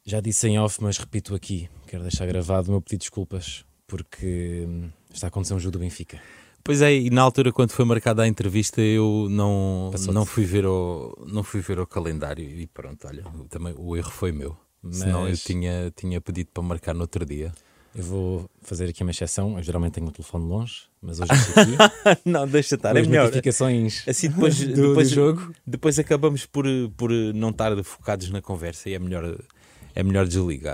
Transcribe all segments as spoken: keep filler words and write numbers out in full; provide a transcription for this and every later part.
Já disse em off, mas repito aqui. Quero deixar gravado o meu pedido de desculpas, porque hum, está a acontecer um jogo do Benfica. Pois é, e na altura quando foi marcada a entrevista eu não, não, Passou-te. fui ver o, não fui ver o calendário e pronto, olha, também o erro foi meu. Senão eu Mas tinha, tinha pedido para marcar no outro dia. eu vou fazer aqui uma exceção. Eu geralmente tenho o telefone longe, mas hoje estou aqui. Não, deixa estar, Com é as melhor. notificações Assim depois, do, depois, do jogo. depois acabamos por, por não estar focados na conversa e é melhor, é melhor desligar.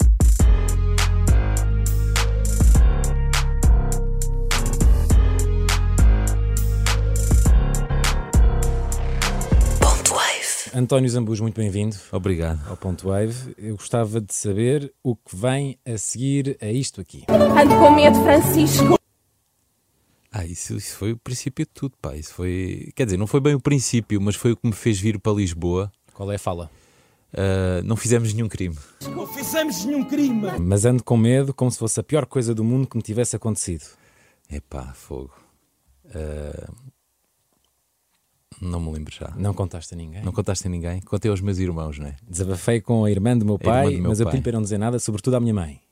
António Zambujo, muito bem-vindo Obrigado. ao Ponto Wave. Eu gostava de saber o que vem a seguir a isto aqui. Ando com medo, Francisco. Ah, isso, isso foi o princípio de tudo, pá. Isso foi, quer dizer, não foi bem o princípio, mas foi o que me fez vir para Lisboa. Qual é a fala? Uh, não fizemos nenhum crime. Não fizemos nenhum crime. Mas ando com medo como se fosse a pior coisa do mundo que me tivesse acontecido. Epá, fogo. Uh, não me lembro já. Não contaste a ninguém? Não contaste a ninguém? Contei aos meus irmãos, não é? Desabafei com a irmã do meu A irmã pai, do meu mas eu pai. pedi para não dizer nada, sobretudo à minha mãe.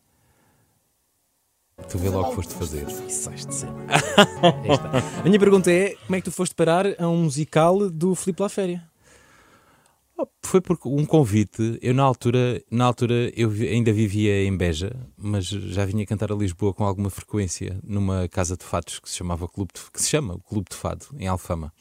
Tu vê logo o que foste fazer. Sais de cima. Aí está. A minha pergunta é, como é que tu foste parar a um musical do Filipe Laféria? Oh, foi por um convite. Eu na altura, na altura eu vi- ainda vivia em Beja, mas já vinha cantar a Lisboa com alguma frequência numa casa de fados que se chamava Clube de, que se chama o Clube de Fado, em Alfama.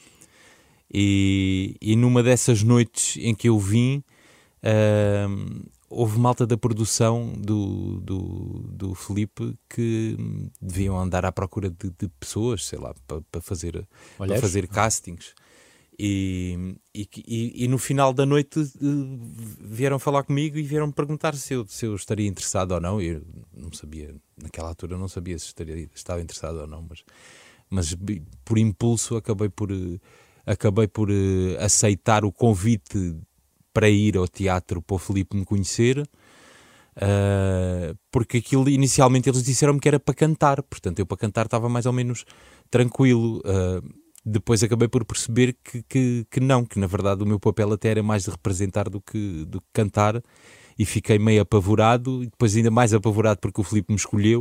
E, e numa dessas noites em que eu vim, ahm, houve malta da produção do, do, do Filipe que hum, deviam andar à procura de, de pessoas, sei lá, para, para fazer, para Olheiros? fazer castings. E, e, e, e no final da noite eh, vieram falar comigo e vieram perguntar se eu, se eu estaria interessado ou não. Eu não sabia, naquela altura eu não sabia se estaria, estava interessado ou não, mas, mas bi- por impulso acabei por, eh, acabei por eh, aceitar o convite para ir ao teatro para o Filipe me conhecer. Uh, porque aquilo inicialmente eles disseram-me que era para cantar, portanto eu para cantar estava mais ou menos tranquilo. Uh, depois acabei por perceber que, que, que não, que na verdade o meu papel até era mais de representar do que, do que cantar, e fiquei meio apavorado, e depois ainda mais apavorado porque o Filipe me escolheu.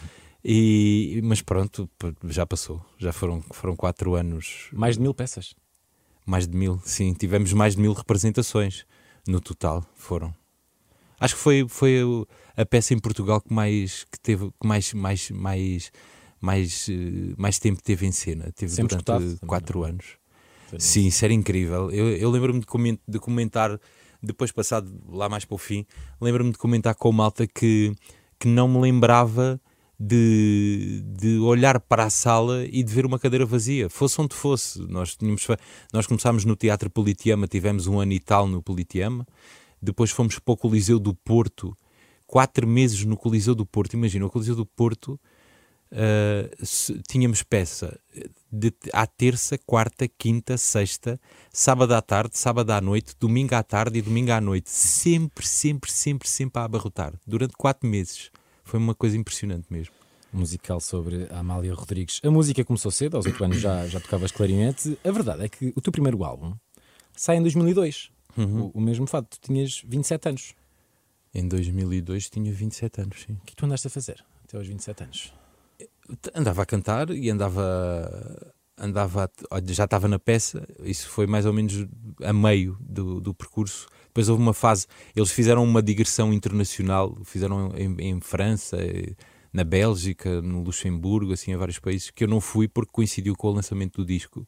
E, mas pronto, p- já passou, já foram, foram quatro anos, Mais de mil peças. mais de mil, sim, tivemos mais de mil representações no total, foram. Acho que foi, foi o- a peça em Portugal que mais que teve que mais, mais, mais, mais, eh, mais tempo teve em cena. Teve Sempre escutado durante também, quatro não é? anos. Sim, isso era incrível. Eu, eu lembro-me de, comen- de comentar, depois passado lá mais para o fim, lembro-me de comentar com o malta que, que não me lembrava de, de olhar para a sala e de ver uma cadeira vazia, fosse onde fosse. Nós, tínhamos, fe- nós começámos no Teatro Politeama, tivemos um ano e tal no Politeama, depois fomos para o Coliseu do Porto, quatro meses no Coliseu do Porto. Imagina, o Coliseu do Porto, Uh, se- tínhamos peça de, à terça, quarta, quinta, sexta, sábado à tarde, sábado à noite, domingo à tarde e domingo à noite, sempre, sempre, sempre, sempre a abarrotar, durante quatro meses. Foi uma coisa impressionante mesmo. Um musical sobre a Amália Rodrigues. A música começou cedo, aos oito anos já, já tocavas clarinete. A verdade é que o teu primeiro álbum sai em dois mil e dois. O, o mesmo fato, tu tinhas vinte e sete anos. Em dois mil e dois tinha vinte e sete anos, sim. O que é que tu andaste a fazer até aos vinte e sete anos? Andava a cantar e andava, andava a- olha, já estava na peça. Isso foi mais ou menos a meio do, do percurso. Depois houve uma fase, eles fizeram uma digressão internacional, fizeram em, em França, eh, na Bélgica, no Luxemburgo, assim, em vários países, que eu não fui porque coincidiu com o lançamento do disco.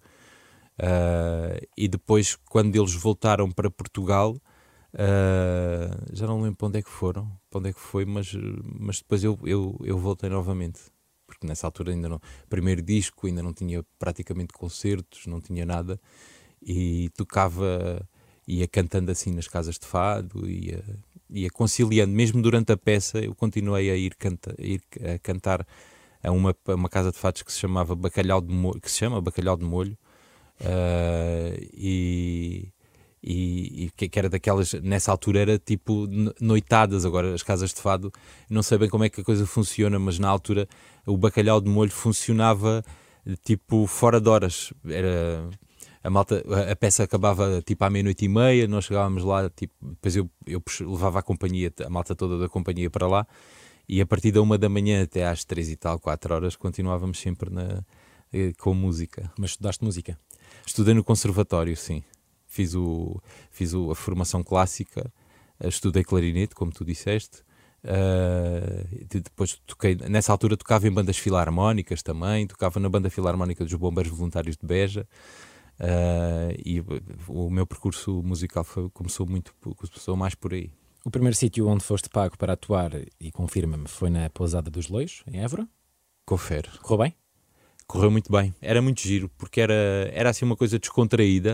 Ah, e depois, quando eles voltaram para Portugal, ah, já não lembro para onde é que foram, para onde é que foi, mas, mas depois eu, eu, eu voltei novamente. Porque nessa altura ainda não, primeiro disco, ainda não tinha praticamente concertos, não tinha nada, e tocava, ia cantando assim nas casas de fado, ia, ia conciliando, mesmo durante a peça eu continuei a ir, canta, a, ir a cantar a uma, a uma casa de fados que se chamava Bacalhau de Molho, que se chama Bacalhau de Molho, ah, e, e, e que que era daquelas, nessa altura era tipo no- noitadas. Agora as casas de fado, não sei bem como é que a coisa funciona, mas na altura o Bacalhau de Molho funcionava tipo fora de horas, era a malta, a, a peça acabava tipo à meia-noite e meia, nós chegávamos lá, tipo, depois eu, eu levava a companhia, a malta toda da companhia para lá, e a partir da uma da manhã até às três e tal, quatro horas, continuávamos sempre na, com música. Mas estudaste música? Estudei no conservatório, sim. Fiz, o, fiz o, a formação clássica, estudei clarinete, como tu disseste. Uh, depois toquei, nessa altura tocava em bandas filarmónicas também, tocava na banda filarmónica dos Bombeiros Voluntários de Beja. Uh, e o meu percurso musical foi, começou, muito, começou mais por aí. O primeiro sítio onde foste pago para atuar, e confirma-me, foi na Pousada dos Loios, em Évora? Confere. Correu bem? Correu muito bem, era muito giro, porque era, era assim uma coisa descontraída.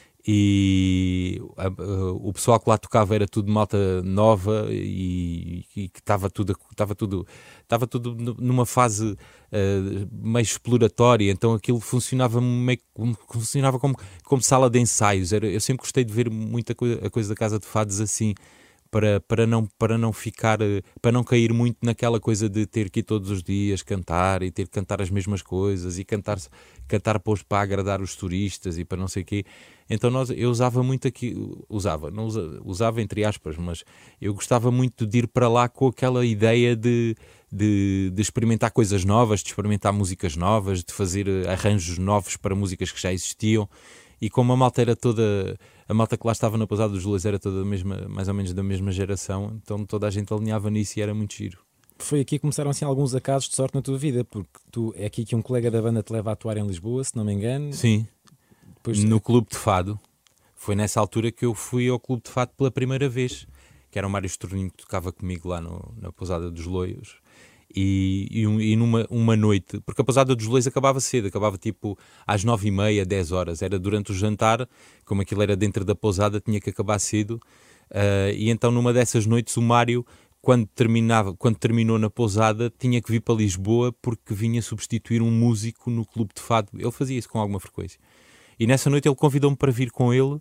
E a, a, o pessoal que lá tocava era tudo malta nova e que estava tudo estava tudo estava tudo numa fase uh, meio exploratória, então aquilo funcionava meio funcionava como como sala de ensaios. Era, eu sempre gostei de ver muita coisa, a coisa da Casa de Fados assim, para para não para não ficar para não cair muito naquela coisa de ter que ir todos os dias cantar e ter que cantar as mesmas coisas e cantar cantar para agradar os turistas e para não sei o quê. Então nós, eu usava muito aqui, usava, não usa, usava entre aspas, mas eu gostava muito de ir para lá com aquela ideia de, de, de experimentar coisas novas, de experimentar músicas novas, de fazer arranjos novos para músicas que já existiam. E como a malta era toda, a malta que lá estava na Pousada dos Loios era toda a mesma, mais ou menos da mesma geração, então toda a gente alinhava nisso e era muito giro. Foi aqui que começaram assim alguns acasos de sorte na tua vida, porque tu, é aqui que um colega da banda te leva a atuar em Lisboa, se não me engano. Sim. Depois... No Clube de Fado. Foi nessa altura que eu fui ao Clube de Fado pela primeira vez, que era o Mário Estorninho que tocava comigo lá no, na Pousada dos Loios. E, e, um, e numa uma noite, porque a Pousada dos Loios acabava cedo, acabava tipo às nove e meia, dez horas, era durante o jantar, como aquilo era dentro da pousada, tinha que acabar cedo. Uh, e então numa dessas noites o Mário, quando, terminava, quando terminou na pousada, tinha que vir para Lisboa porque vinha substituir um músico no Clube de Fado. Ele fazia isso com alguma frequência. E nessa noite ele convidou-me para vir com ele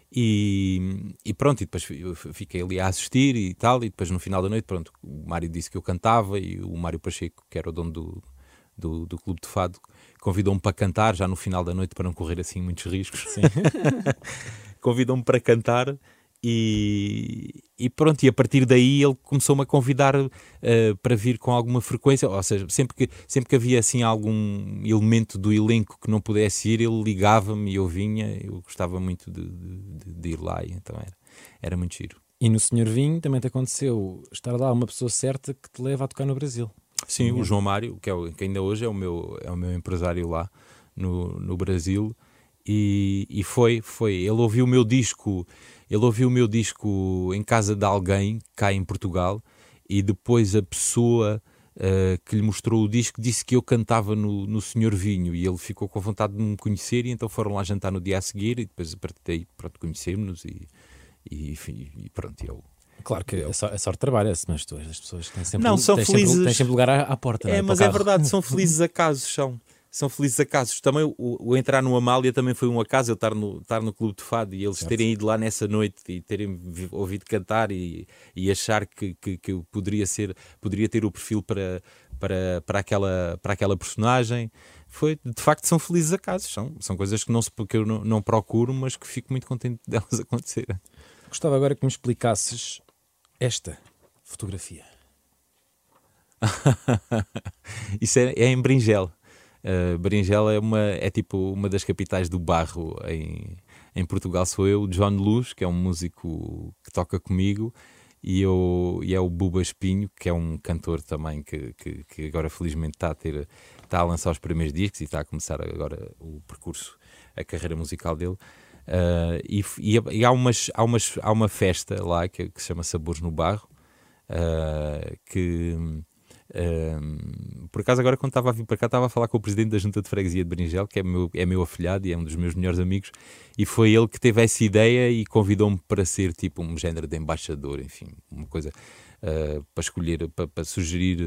e, e pronto, e depois eu fiquei ali a assistir e tal, e depois no final da noite, pronto, o Mário disse que eu cantava e o Mário Pacheco, que era o dono do, do, do Clube de Fado, convidou-me para cantar já no final da noite para não correr assim muitos riscos. Sim. Convidou-me para cantar e, e pronto, e a partir daí ele começou-me a convidar uh, para vir com alguma frequência, ou seja, sempre que, sempre que havia assim algum elemento do elenco que não pudesse ir, ele ligava-me e eu vinha. Eu gostava muito de, de, de ir lá, e então era, era muito giro. E no Senhor Vinho também te aconteceu estar lá uma pessoa certa que te leva a tocar no Brasil. Sim, o João Mário, que, é o, que ainda hoje é o meu, é o meu empresário lá no, no Brasil. E, e foi, foi, ele ouviu o meu disco, ele ouviu o meu disco em casa de alguém, cá em Portugal, e depois a pessoa uh, que lhe mostrou o disco disse que eu cantava no, no Senhor Vinho, e ele ficou com vontade de me conhecer, e então foram lá jantar no dia a seguir, e depois a partir daí, pronto, conhecemos-nos, e, e, e pronto, eu... Claro que a, so a sorte trabalha-se, mas tu, as pessoas têm sempre, não, são têm felizes... sempre, têm sempre lugar à, à porta. É, não é? mas é verdade, são felizes acasos, são... São felizes acasos. Também o, o entrar no Amália também foi um acaso, eu estar no, estar no Clube de Fado e eles certo. terem ido lá nessa noite e terem ouvido cantar e, e achar que, que, que eu poderia, ser, poderia ter o perfil para, para, para, aquela, para aquela personagem. Foi, de facto, são felizes acasos. São, são coisas que, não se, que eu não, não procuro, mas que fico muito contente delas acontecerem. Gostava agora que me explicasses esta fotografia. Isso é, é em Berinjela. Uh, Berinjela é, uma, é tipo uma das capitais do barro em, em Portugal. Sou eu, o John Luz, que é um músico que toca comigo, e, eu, e é o Buba Espinho, que é um cantor também que, que, que agora felizmente está a, ter, está a lançar os primeiros discos e está a começar agora o percurso, a carreira musical dele. Uh, e e, e há, umas, há, umas, há uma festa lá que, que se chama Sabores no Barro, uh, que... Um, por acaso agora quando estava a vir para cá estava a falar com o presidente da Junta de Freguesia de Berinjela, que é meu, é meu afilhado e é um dos meus melhores amigos, e foi ele que teve essa ideia e convidou-me para ser tipo um género de embaixador, enfim, uma coisa uh, para escolher, para, para sugerir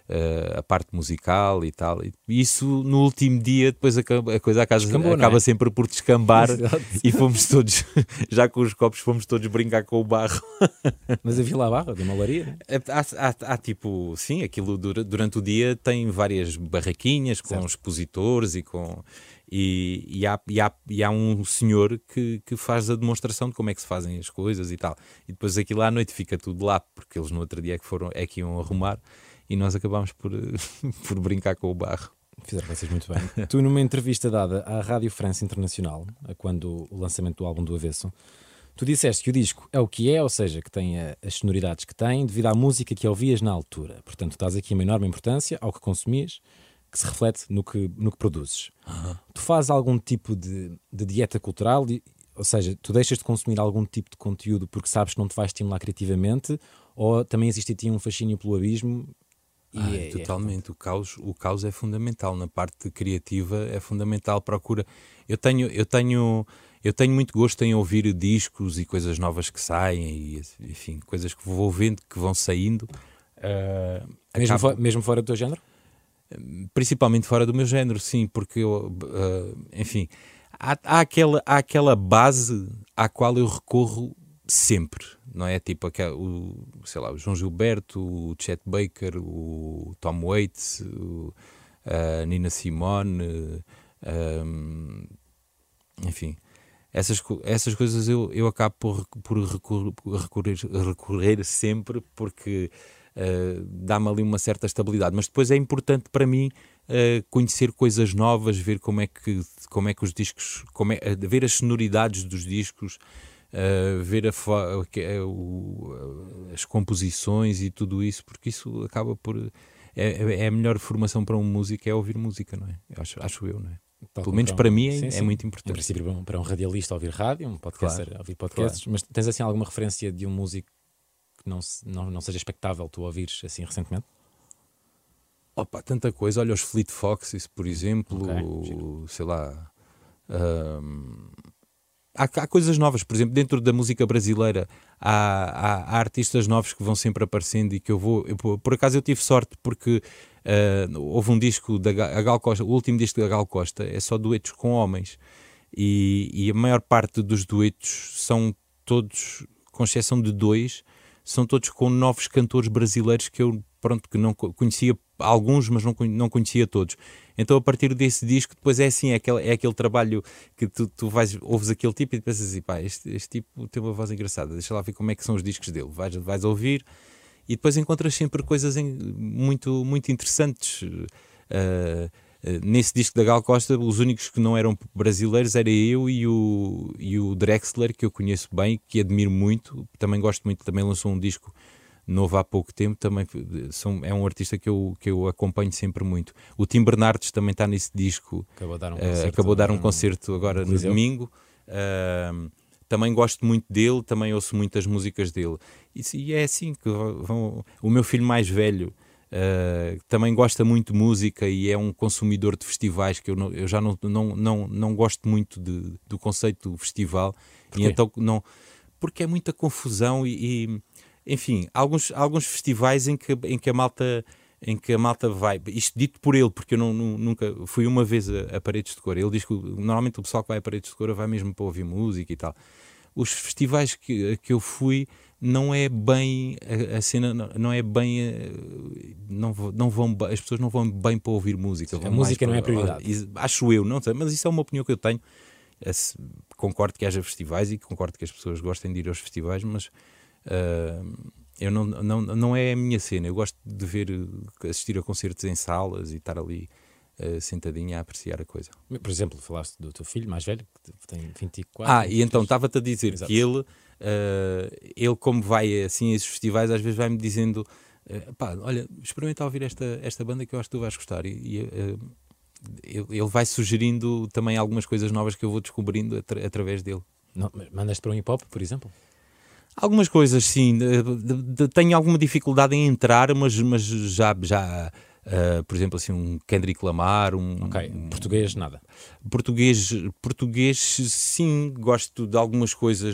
uh, a parte musical e tal. E isso no último dia, depois a, a coisa acaba, Descambou, acaba é? sempre por descambar Exato. e fomos todos, já com os copos, fomos todos brincar com o barro. Mas havia lá a barra, de malaria, né? Há, há, há tipo, sim, aquilo dura, durante o dia tem várias barraquinhas com Certo. expositores e com. E, e, há, e, há, e há um senhor que, que faz a demonstração de como é que se fazem as coisas e tal. E depois aquilo à noite fica tudo lá, porque eles no outro dia é que, foram, é que iam arrumar e nós acabámos por, por brincar com o barro. Fizeram vocês muito bem. Tu, numa entrevista dada à Rádio France Internacional, a quando o lançamento do álbum do Avesso, tu disseste que o disco é o que é, ou seja, que tem a, as sonoridades que tem, devido à música que ouvias na altura. Portanto, estás aqui uma enorme importância ao que consumias, que se reflete no que, no que produzes. Uhum. Tu fazes algum tipo de, de dieta cultural, de, ou seja, tu deixas de consumir algum tipo de conteúdo porque sabes que não te vai estimular criativamente, ou também existe em ti um fascínio pelo abismo? E Ah, é, totalmente, o caos, o caos é fundamental, na parte criativa é fundamental, procura. Eu tenho, eu tenho, eu tenho muito gosto em ouvir discos e coisas novas que saem, e, enfim, coisas que vou vendo, que vão saindo. Uh, mesmo, acabo... fo- mesmo fora do teu género? Principalmente fora do meu género, sim, porque eu, uh, enfim, há, há, aquela, há aquela base à qual eu recorro sempre, não é? Tipo, aquela, o, sei lá, o João Gilberto, o Chet Baker, o Tom Waits, o, a Nina Simone, um, enfim, essas, essas coisas eu, eu acabo por, por recorrer, recorrer, recorrer sempre, porque Uh, dá-me ali uma certa estabilidade, mas depois é importante para mim uh, conhecer coisas novas, ver como é que, como é que os discos, como é, uh, ver as sonoridades dos discos, uh, ver a fo- uh, uh, as composições e tudo isso, porque isso acaba por é, é a melhor formação para um músico, é ouvir música, não é? Eu acho, acho eu, não é? Tal Pelo como menos um- para mim é, sim, é sim. muito Em importante. princípio, para um, para um radialista ouvir rádio, um podcaster Claro. ouvir podcasts, mas tens assim alguma referência de um músico que não, se- não, não seja expectável tu ouvires assim recentemente? Opa, tanta coisa, olha os Fleet Foxes, por exemplo, Ok, o- sei lá. hum, há, há coisas novas, por exemplo, dentro da música brasileira há, há, há artistas novos que vão sempre aparecendo e que eu vou. Eu, por por acaso eu tive sorte porque uh, houve um disco da Ga- a Gal Costa, o último disco da Gal Costa é só duetos com homens e, e a maior parte dos duetos são todos, com exceção de dois, são todos com novos cantores brasileiros que eu, pronto, que não co- conhecia alguns, mas não, conhe- não conhecia todos. Então a partir desse disco, depois é assim, é aquele, é aquele trabalho que tu, tu vais, ouves aquele tipo e pensas assim, pá, este, este tipo tem uma voz engraçada, deixa lá ver como é que são os discos dele. Vais, vais ouvir e depois encontras sempre coisas em- muito, muito interessantes. Uh, Uh, nesse disco da Gal Costa, os únicos que não eram brasileiros era eu e o, e o Drexler, que eu conheço bem, que admiro muito, também gosto muito, também lançou um disco novo há pouco tempo, também são, é um artista que eu, que eu acompanho sempre muito. O Tim Bernardes também está nesse disco, Acabou de dar um uh, concerto, acabou de dar um no- concerto agora no Coliseu. domingo. Uh, também gosto muito dele, também ouço muitas músicas dele. E, e é assim que vão. O meu filho mais velho Uh, também gosta muito de música e é um consumidor de festivais, que eu, não, eu já não, não, não, não gosto muito de, do conceito do festival. E então, não, porque é muita confusão e, e enfim, alguns, alguns festivais em que, em que a malta em que a malta vai, isto dito por ele, porque eu não, não, nunca fui uma vez a, a Paredes de Cor. Ele diz que normalmente o pessoal que vai a Paredes de Cor vai mesmo para ouvir música e tal. Os festivais que, que eu fui não é bem a, a cena, não, não é bem não, não vão, as pessoas não vão bem para ouvir música. A Vão música mais não é para- prioridade. Acho eu, não sei, mas isso é uma opinião que eu tenho. Esse- concordo que haja festivais e concordo que as pessoas gostem de ir aos festivais, mas uh, eu não, não, não é a minha cena. Eu gosto de ver, assistir a concertos em salas e estar ali uh, sentadinho a apreciar a coisa. Por exemplo, falaste do teu filho mais velho, que tem vinte e quatro. Ah, e então estava-te a dizer Exato. que ele, uh, ele como vai assim a esses festivais, às vezes vai-me dizendo uh, pá, olha, experimenta ouvir esta, esta banda que eu acho que tu vais gostar. E, e, uh, ele, ele vai sugerindo também algumas coisas novas que eu vou descobrindo atra- através dele. Não, mas mandas para um hip hop, por exemplo? Algumas coisas, sim. de- de- de- tenho alguma dificuldade em entrar, mas, mas já, já uh, por exemplo, assim, um Kendrick Lamar, um, Ok, um português, nada. português, português, sim, gosto de algumas coisas,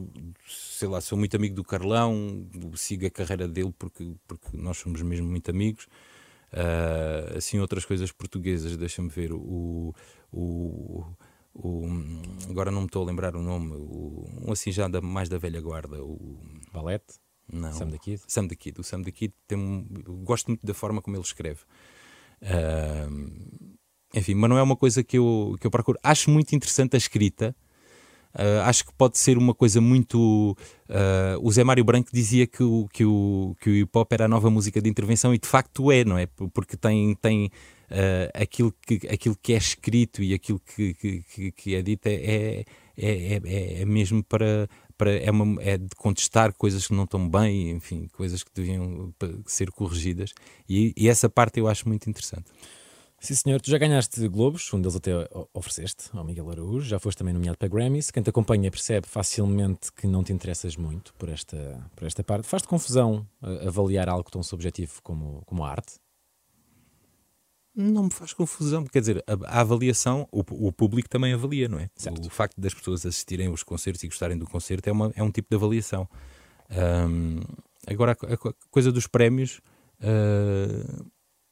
sei lá, sou muito amigo do Carlão, sigo a carreira dele porque, porque nós somos mesmo muito amigos. Uh, assim, outras coisas portuguesas, deixa-me ver. O, o, o, agora não me estou a lembrar o nome. O, um assim já da, mais da velha guarda. O Valete? Não. Sam the Kid? Sam the Kid. O Sam the Kid tem um, eu gosto muito da forma como ele escreve. Uh, enfim, mas não é uma coisa que eu, que eu procuro. Acho muito interessante a escrita. Uh, acho que pode ser uma coisa muito... Uh, o Zé Mário Branco dizia que o, que, o, que o hip-hop era a nova música de intervenção, e de facto é, não é? Porque tem, tem uh, aquilo, que, aquilo que é escrito e aquilo que, que, que é dito é, é, é, é mesmo para... para é, uma, é de contestar coisas que não estão bem, enfim, coisas que deviam ser corrigidas, e, e essa parte eu acho muito interessante. Sim, senhor. Tu já ganhaste Globos, um deles até ofereceste ao Miguel Araújo, já foste também nomeado para Grammys. Quem te acompanha percebe facilmente que não te interessas muito por esta, por esta parte. Faz-te confusão uh, avaliar algo tão subjetivo como, como a arte? Não me faz confusão, quer dizer, a, a avaliação, o, o público também avalia, não é? Certo. O facto das pessoas assistirem aos concertos e gostarem do concerto é, uma, é um tipo de avaliação. Um, agora, a, a coisa dos prémios, uh,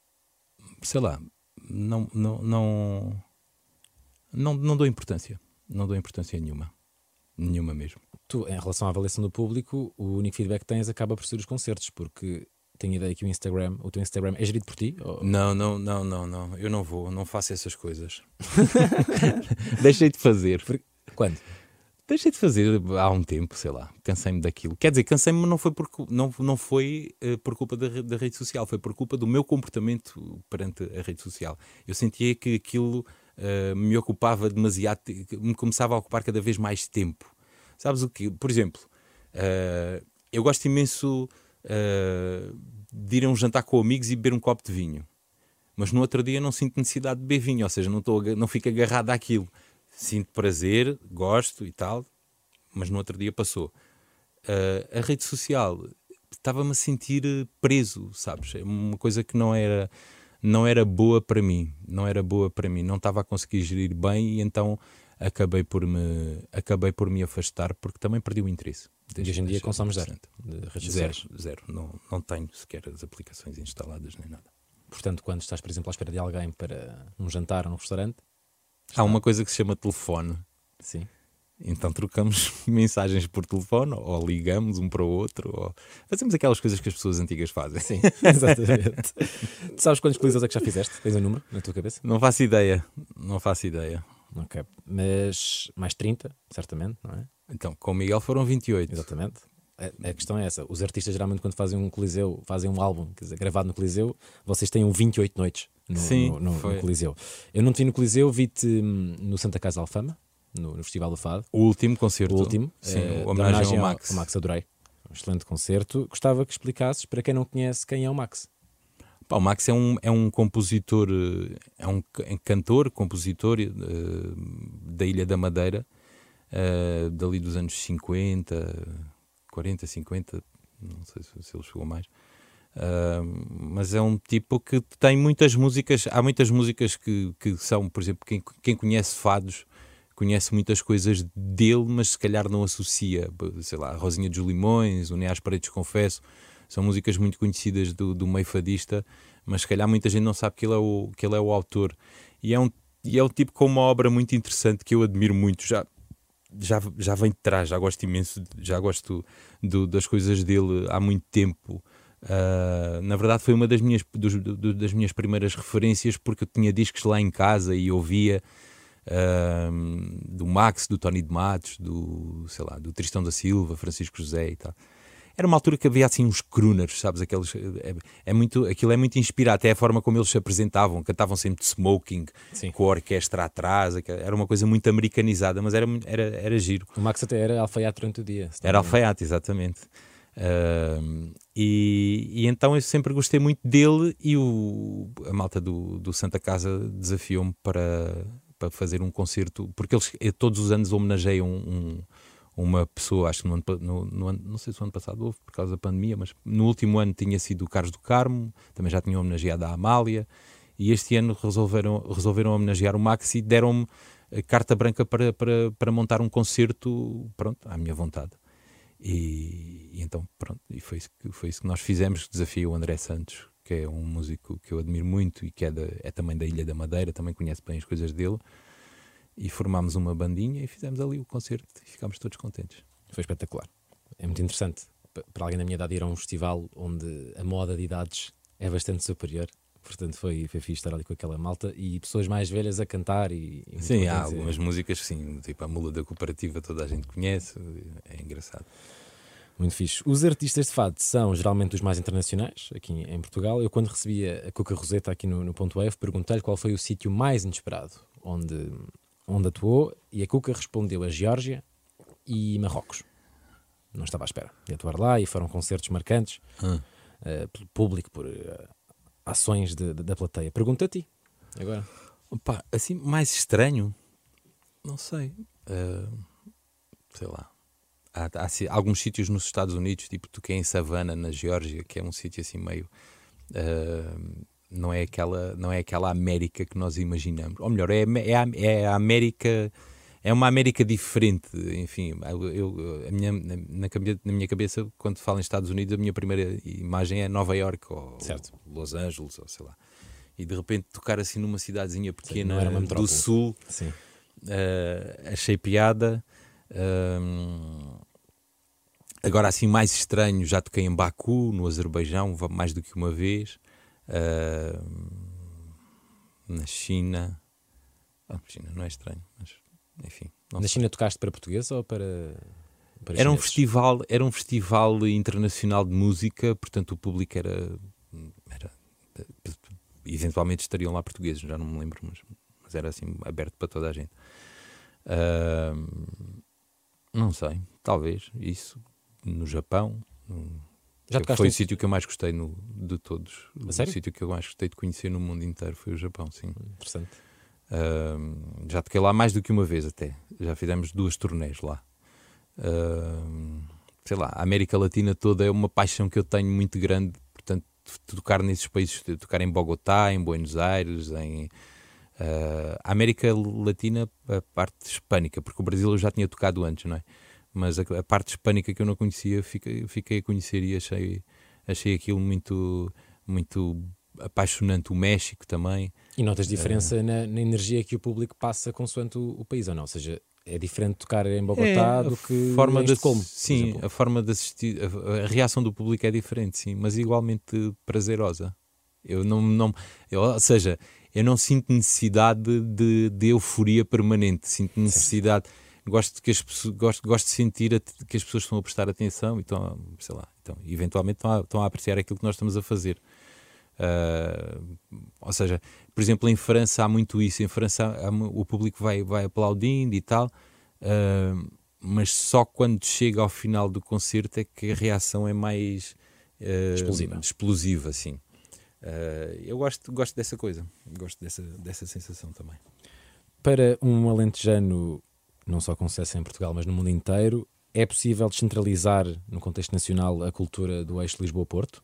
sei lá, Não, não, não, não, não dou importância. Não dou importância nenhuma. Nenhuma mesmo. Tu, em relação à avaliação do público, o único feedback que tens acaba por ser os concertos, porque tenho ideia que o Instagram, o teu Instagram é gerido por ti? Ou... Não, não, não, não, não. Eu não vou, não faço essas coisas. Deixei de fazer. Por... Quando? Deixei de fazer há um tempo, sei lá. Cansei-me daquilo. Quer dizer, cansei-me, mas não foi por, não, não foi, uh, por culpa da, da rede social, foi por culpa do meu comportamento perante a rede social. Eu sentia que aquilo uh, me ocupava demasiado, me começava a ocupar cada vez mais tempo. Sabes o quê? Por exemplo, uh, eu gosto imenso uh, de ir a um jantar com amigos e beber um copo de vinho. Mas no outro dia não sinto necessidade de beber vinho, ou seja, não, estou, não fico agarrado àquilo. Sinto prazer, gosto e tal, mas no outro dia passou. Uh, a rede social estava-me a sentir preso, sabes? É uma coisa que não era, não era boa para mim, não era boa para mim, não estava a conseguir gerir bem, e então acabei por me, acabei por me afastar, porque também perdi o interesse. E hoje em dia consomes zero de redes zero, sociais? Zero, não, não tenho sequer as aplicações instaladas nem nada. Portanto, quando estás, por exemplo, à espera de alguém para um jantar ou num restaurante... Há uma coisa que se chama telefone. Sim. Então trocamos mensagens por telefone, ou ligamos um para o outro, ou fazemos aquelas coisas que as pessoas antigas fazem. Sim, exatamente. Tu sabes quantos colisões é que já fizeste? Tens um número na tua cabeça? Não faço ideia, não faço ideia. Ok, mas mais trinta, certamente, não é? Então, com o Miguel foram vinte e oito. Exatamente. A, a questão é essa. Os artistas geralmente quando fazem um coliseu, fazem um álbum, quer dizer, gravado no coliseu, vocês têm um vinte e oito noites no, Sim, no, no, foi. no coliseu. Eu não te vi no coliseu, vi-te no Santa Casa Alfama, no, no Festival do Fado. O último concerto. O último. Sim, é, o homenagem ao ao Max. Ao Max, adorei. Um excelente concerto. Gostava que explicasses, para quem não conhece, quem é o Max. Pá, o Max é um, é um compositor, é um cantor, compositor uh, da Ilha da Madeira, uh, dali dos anos cinquenta, quarenta, cinquenta, não sei se, se ele chegou mais. Uh, mas é um tipo que tem muitas músicas, há muitas músicas que, que são, por exemplo, quem, quem conhece fados conhece muitas coisas dele, mas se calhar não associa, sei lá, a Rosinha dos Limões, o Nem às Paredes Confesso, são músicas muito conhecidas do, do meio fadista, mas se calhar muita gente não sabe que ele é o, que ele é o autor. E é, um, e é um tipo com uma obra muito interessante que eu admiro muito, já, já, já vem de trás, já gosto imenso, já gosto do, das coisas dele há muito tempo. Uh, na verdade foi uma das minhas, dos, do, das minhas primeiras referências, porque eu tinha discos lá em casa e ouvia uh, do Max, do Tony de Matos, do, sei lá, do Tristão da Silva, Francisco José e tal. Era uma altura que havia assim uns crooners, sabes? Aqueles, é, é muito, aquilo é muito inspirado, até a forma como eles se apresentavam, cantavam sempre de smoking, Sim. com a orquestra atrás, era uma coisa muito americanizada, mas era, era, era giro. O Max até era alfaiate durante o dia. Era alfaiate, exatamente. Uh, e, e então eu sempre gostei muito dele, e o, a malta do, do Santa Casa desafiou-me para, para fazer um concerto, porque eles todos os anos homenageiam um, uma pessoa, acho que no ano, no, no ano, não sei se o ano passado houve por causa da pandemia, mas no último ano tinha sido o Carlos do Carmo, também já tinham homenageado a Amália, e este ano resolveram, resolveram homenagear o Max e deram-me a carta branca para, para, para montar um concerto, pronto, à minha vontade. E, e então, pronto, e foi isso, que, foi isso que nós fizemos. Desafio o André Santos, que é um músico que eu admiro muito e que é, de, é também da Ilha da Madeira, também conhece bem as coisas dele, e formámos uma bandinha e fizemos ali o concerto e ficámos todos contentes. Foi espetacular. É muito interessante para alguém da minha idade ir a um festival onde a moda de idades é bastante superior. Portanto, foi, foi fixe estar ali com aquela malta e pessoas mais velhas a cantar. E, e sim, há algumas e... músicas, sim, tipo a Mula da Cooperativa, toda a gente conhece, é engraçado. Muito fixe. Os artistas de fado são geralmente os mais internacionais, aqui em Portugal. Eu, quando recebi a Cuca Roseta aqui no, no Ponto F, perguntei-lhe qual foi o sítio mais inesperado onde, onde atuou, e a Cuca respondeu a Geórgia e Marrocos. Não estava à espera de atuar lá, e foram concertos marcantes, hum. uh, pelo público, por uh, ações de, de, da plateia. Pergunta a ti, agora. Opa, assim, mais estranho? Não sei. Uh, sei lá. Há, há, há alguns sítios nos Estados Unidos, tipo toquei em Savannah, na Geórgia, que é um sítio assim meio... Uh, não, é aquela, não é aquela América que nós imaginamos. Ou melhor, é, é, a, é a América... É uma América diferente, enfim. Eu, eu, a minha, na, na minha cabeça, quando falo em Estados Unidos, a minha primeira imagem é Nova York ou, ou Los Angeles, ou sei lá. E de repente tocar assim numa cidadezinha pequena Sim, do sul, Sim. Uh, achei piada. Uh, agora assim mais estranho, já toquei em Baku, no Azerbaijão, mais do que uma vez. Uh, na China. Oh, China não é estranho, mas... Enfim, na sei. China tocaste para português ou para, para era um festival era um festival internacional de música, portanto o público era, era eventualmente estariam lá portugueses, já não me lembro, mas, mas era assim aberto para toda a gente. Uh, não sei, talvez isso no Japão. Já foi o sítio que eu mais gostei no, de todos. O sítio que eu mais gostei de conhecer no mundo inteiro foi o Japão, sim. Interessante. Uh, já toquei lá mais do que uma vez até. Já fizemos duas turnês lá. Uh, sei lá, a América Latina toda é uma paixão que eu tenho muito grande. Portanto, tocar nesses países, tocar em Bogotá, em Buenos Aires, em uh, a América Latina, a parte hispânica, porque o Brasil eu já tinha tocado antes, não é? Mas a, a parte hispânica que eu não conhecia, fiquei, fiquei a conhecer e achei, achei aquilo muito, muito apaixonante. O México também. E notas diferença uh, na, na energia que o público passa consoante o, o país, ou não? Ou seja, é diferente tocar em Bogotá é, do que forma em Estocolmo, sim, a forma de assistir, a, a reação do público é diferente, sim, mas igualmente prazerosa. Eu não, não eu, ou seja, eu não sinto necessidade de, de euforia permanente, sinto necessidade, gosto, que as pessoas, gosto, gosto de sentir a, que as pessoas estão a prestar atenção e estão, sei lá, então, eventualmente estão a, estão a apreciar aquilo que nós estamos a fazer. Uh, ou seja, por exemplo, em França há muito isso. Em França há, o público vai, vai aplaudindo e tal, uh, mas só quando chega ao final do concerto é que a reação é mais uh, explosiva. explosiva assim. Uh, eu gosto, gosto dessa coisa, gosto dessa, dessa sensação também. Para um alentejano, não só com sucesso em Portugal, mas no mundo inteiro, é possível descentralizar no contexto nacional a cultura do eixo Lisboa-Porto?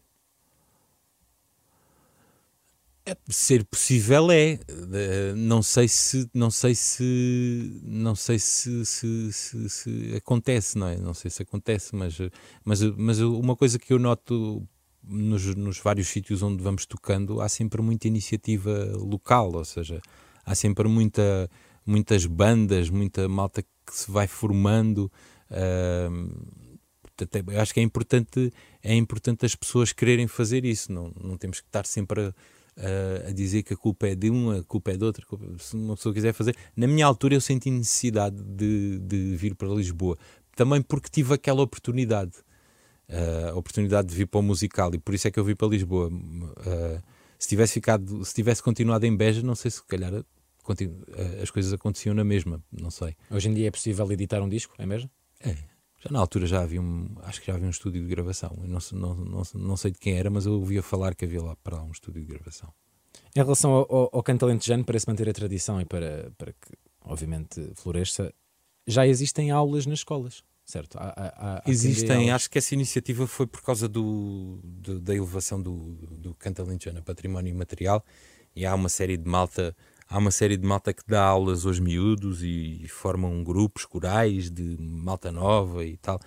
É, ser possível é, não sei se não sei se não sei se, se, se, se acontece, não é? Não sei se acontece, mas, mas, mas uma coisa que eu noto nos, nos vários sítios onde vamos tocando, há sempre muita iniciativa local, ou seja, há sempre muita, muitas bandas, muita malta que se vai formando. Uh, portanto, eu acho que é importante, é importante as pessoas quererem fazer isso, não, não temos que estar sempre a Uh, a dizer que a culpa é de um, a culpa é de outro. Se uma pessoa quiser fazer, na minha altura eu senti necessidade de, de vir para Lisboa, também porque tive aquela oportunidade, uh, a oportunidade de vir para o musical, e por isso é que eu vim para Lisboa. Uh, se tivesse ficado, se tivesse continuado em Beja, não sei se calhar continu, uh, as coisas aconteciam na mesma, não sei. Hoje em dia é possível editar um disco em Beja? É. Já na altura já havia um, acho que já havia um estúdio de gravação. Eu não, não, não, não sei de quem era, mas eu ouvia falar que havia lá para lá um estúdio de gravação. Em relação ao, ao, ao canto alentejano, para se manter a tradição e para, para que, obviamente, floresça, já existem aulas nas escolas, certo? Há, há, há existem, acho que essa iniciativa foi por causa do, do, da elevação do, do canto alentejano a património imaterial, e há uma série de malta... Há uma série de malta que dá aulas aos miúdos e formam grupos corais de malta nova e tal.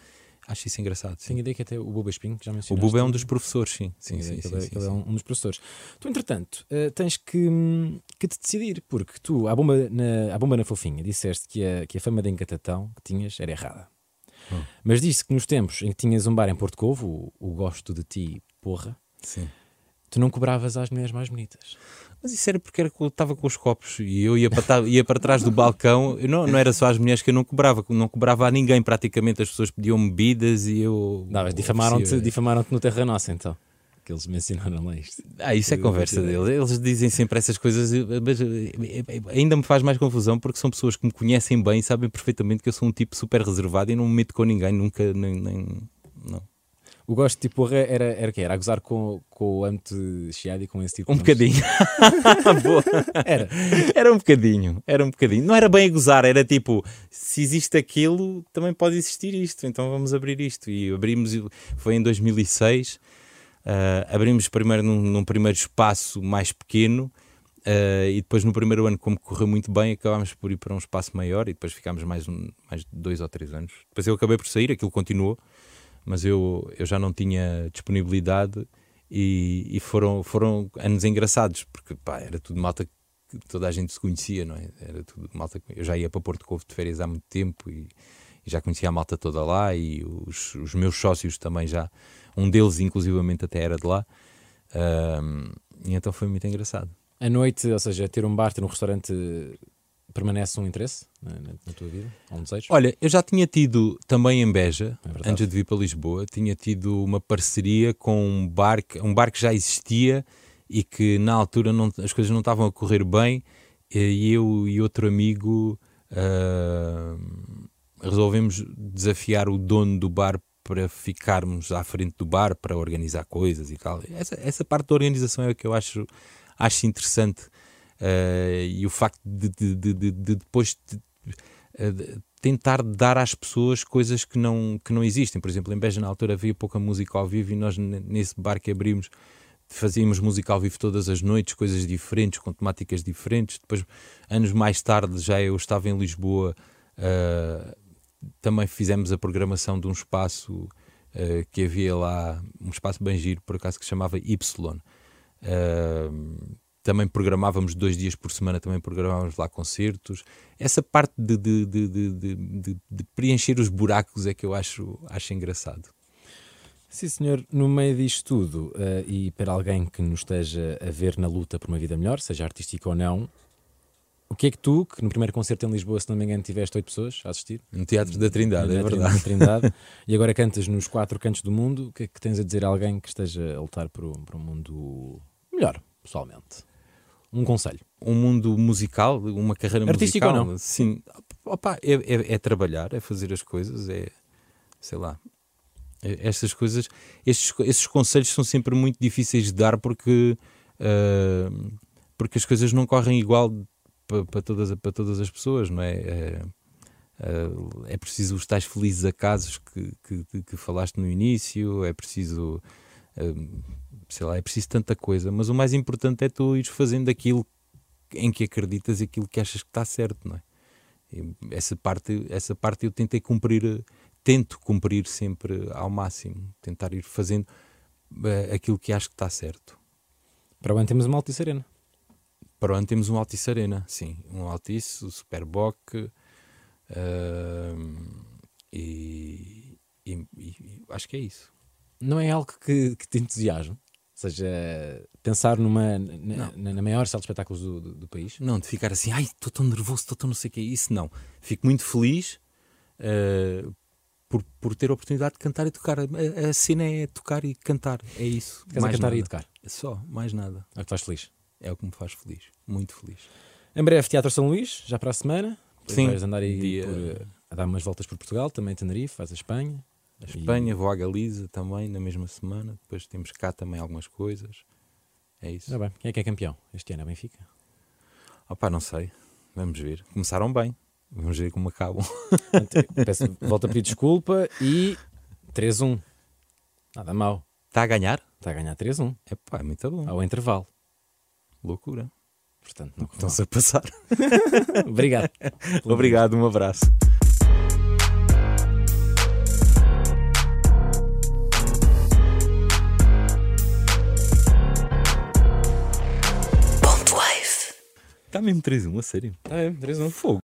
acho isso engraçado. Sim. Tenho ideia que até o Buba Espinho, que já O mencionaste. Buba é um dos professores, sim. Sim, sim, sim, ele, sim, ele sim. é um, um dos professores. Tu, entretanto, uh, tens que, hum, que te decidir, porque tu, à bomba na, à bomba na fofinha, disseste que a, que a fama de engatatão que tinhas era errada. Hum. Mas disse que nos tempos em que tinhas um bar em Porto Covo, o, o Gosto de Ti, porra, Sim. tu não cobravas às mulheres mais bonitas. Mas isso era porque era que eu estava com os copos e eu ia para, ia para trás do balcão. Eu não, não era só as mulheres que eu não cobrava, não cobrava a ninguém praticamente. As pessoas pediam bebidas e eu. Não, mas difamaram-te, oferecia. difamaram-te no Terra Nossa, então. Que eles mencionaram lá isto. Ah, isso é conversa deles. Eles dizem sempre essas coisas, mas ainda me faz mais confusão porque são pessoas que me conhecem bem e sabem perfeitamente que eu sou um tipo super reservado e não me meto com ninguém, nunca, nem. nem não. O Gosto de Ti, porra, era, era o quê? Era a gozar com, com o âmbito chiado e com esse tipo Um de coisas? bocadinho. Boa. Era. Era um bocadinho, era um bocadinho. Não era bem a gozar, era tipo, se existe aquilo, também pode existir isto, então vamos abrir isto. E abrimos, foi em dois mil e seis, uh, abrimos primeiro num, num primeiro espaço mais pequeno, uh, e depois no primeiro ano, como correu muito bem, acabámos por ir para um espaço maior e depois ficámos mais, um, mais dois ou três anos. Depois eu acabei por sair, aquilo continuou, mas eu, eu já não tinha disponibilidade. E, e foram, foram anos engraçados, porque pá, era tudo malta que toda a gente se conhecia, não é? Era tudo malta. Eu já ia para Porto Covo de férias há muito tempo e, e já conhecia a malta toda lá e os, os meus sócios também já, um deles inclusivamente até era de lá, um, e então foi muito engraçado. A noite, ou seja, ter um bar, ter um restaurante, permanece um interesse na, na, na tua vida? Ou um desejo? Olha, eu já tinha tido também em Beja, É antes de vir para Lisboa, tinha tido uma parceria com um bar, um bar que já existia e que na altura não, as coisas não estavam a correr bem, e eu e outro amigo uh, resolvemos desafiar o dono do bar para ficarmos à frente do bar, para organizar coisas e tal. Essa, essa parte da organização é o que eu acho, acho interessante. Uh, e o facto de, de, de, de, de depois de, de tentar dar às pessoas coisas que não, que não existem. Por exemplo, em Beja na altura havia pouca música ao vivo e nós nesse bar que abrimos fazíamos música ao vivo todas as noites, coisas diferentes, com temáticas diferentes. Depois, anos mais tarde, já eu estava em Lisboa, uh, também fizemos a programação de um espaço uh, que havia lá, um espaço bem giro, por acaso, que se chamava Y. Uh, também programávamos dois dias por semana, também programávamos lá concertos. Essa parte de, de, de, de, de, de preencher os buracos é que eu acho, acho engraçado. Sim, senhor. No meio disto tudo, uh, e para alguém que nos esteja a ver na luta por uma vida melhor, seja artística ou não, o que é que tu, que no primeiro concerto em Lisboa, se não me engano, tiveste oito pessoas a assistir? No Teatro da Trindade, na, é na, verdade. Na Trindade, e agora cantas nos quatro cantos do mundo, o que é que tens a dizer a alguém que esteja a lutar por, por um mundo melhor, pessoalmente? Um conselho. Um mundo musical, uma carreira artística musical. Ou não? Sim. Opa, é, é, é trabalhar, é fazer as coisas, é, sei lá, é, estas coisas, estes, esses conselhos são sempre muito difíceis de dar porque, uh, porque as coisas não correm igual para, para, todas, para todas as pessoas, não é? É, uh, é preciso os tais felizes acasos que, que, que falaste no início, é preciso... Uh, sei lá, é preciso tanta coisa, mas o mais importante é tu ires fazendo aquilo em que acreditas e aquilo que achas que está certo, não é? E essa parte, essa parte eu tentei cumprir, tento cumprir sempre ao máximo, tentar ir fazendo uh, aquilo que acho que está certo. Para o ano temos uma Altice Arena. Para o ano temos um Altice Arena, sim, um Altice, o Superboc, uh, e, e, e acho que é isso. Não é algo que, que te entusiasma? Ou seja, pensar numa, na, na, na maior sala de espetáculos do, do, do país? Não, de ficar assim, ai, estou tão nervoso, estou tão não sei o que é isso, não. Fico muito feliz uh, por, por ter a oportunidade de cantar e tocar. A, a cena é tocar e cantar, é isso. Queres mais cantar nada. e tocar? É só, mais nada. É o que te faz feliz? É o que me faz feliz, muito feliz. Em breve, Teatro São Luís, já para a semana. Sim. Vais andar aí Dia... por, a dar umas voltas por Portugal, também Tenerife, vais a Espanha. A Espanha, e... vou à Galiza também na mesma semana. Depois temos cá também algumas coisas. É isso. Ah, bem. Quem é que é campeão este ano? É Benfica? Opá, não sei. Vamos ver. Começaram bem. Vamos ver como acabam. Peço, volto a pedir desculpa e três a um. Nada mal. Está a ganhar? Está a ganhar três a um. É pá, é muito bom. Ao intervalo. Loucura. Portanto, não estão-se a passar. Obrigado. Obrigado, um abraço. Está mesmo três a um, a sério. Ah, é, três a um. Fogo.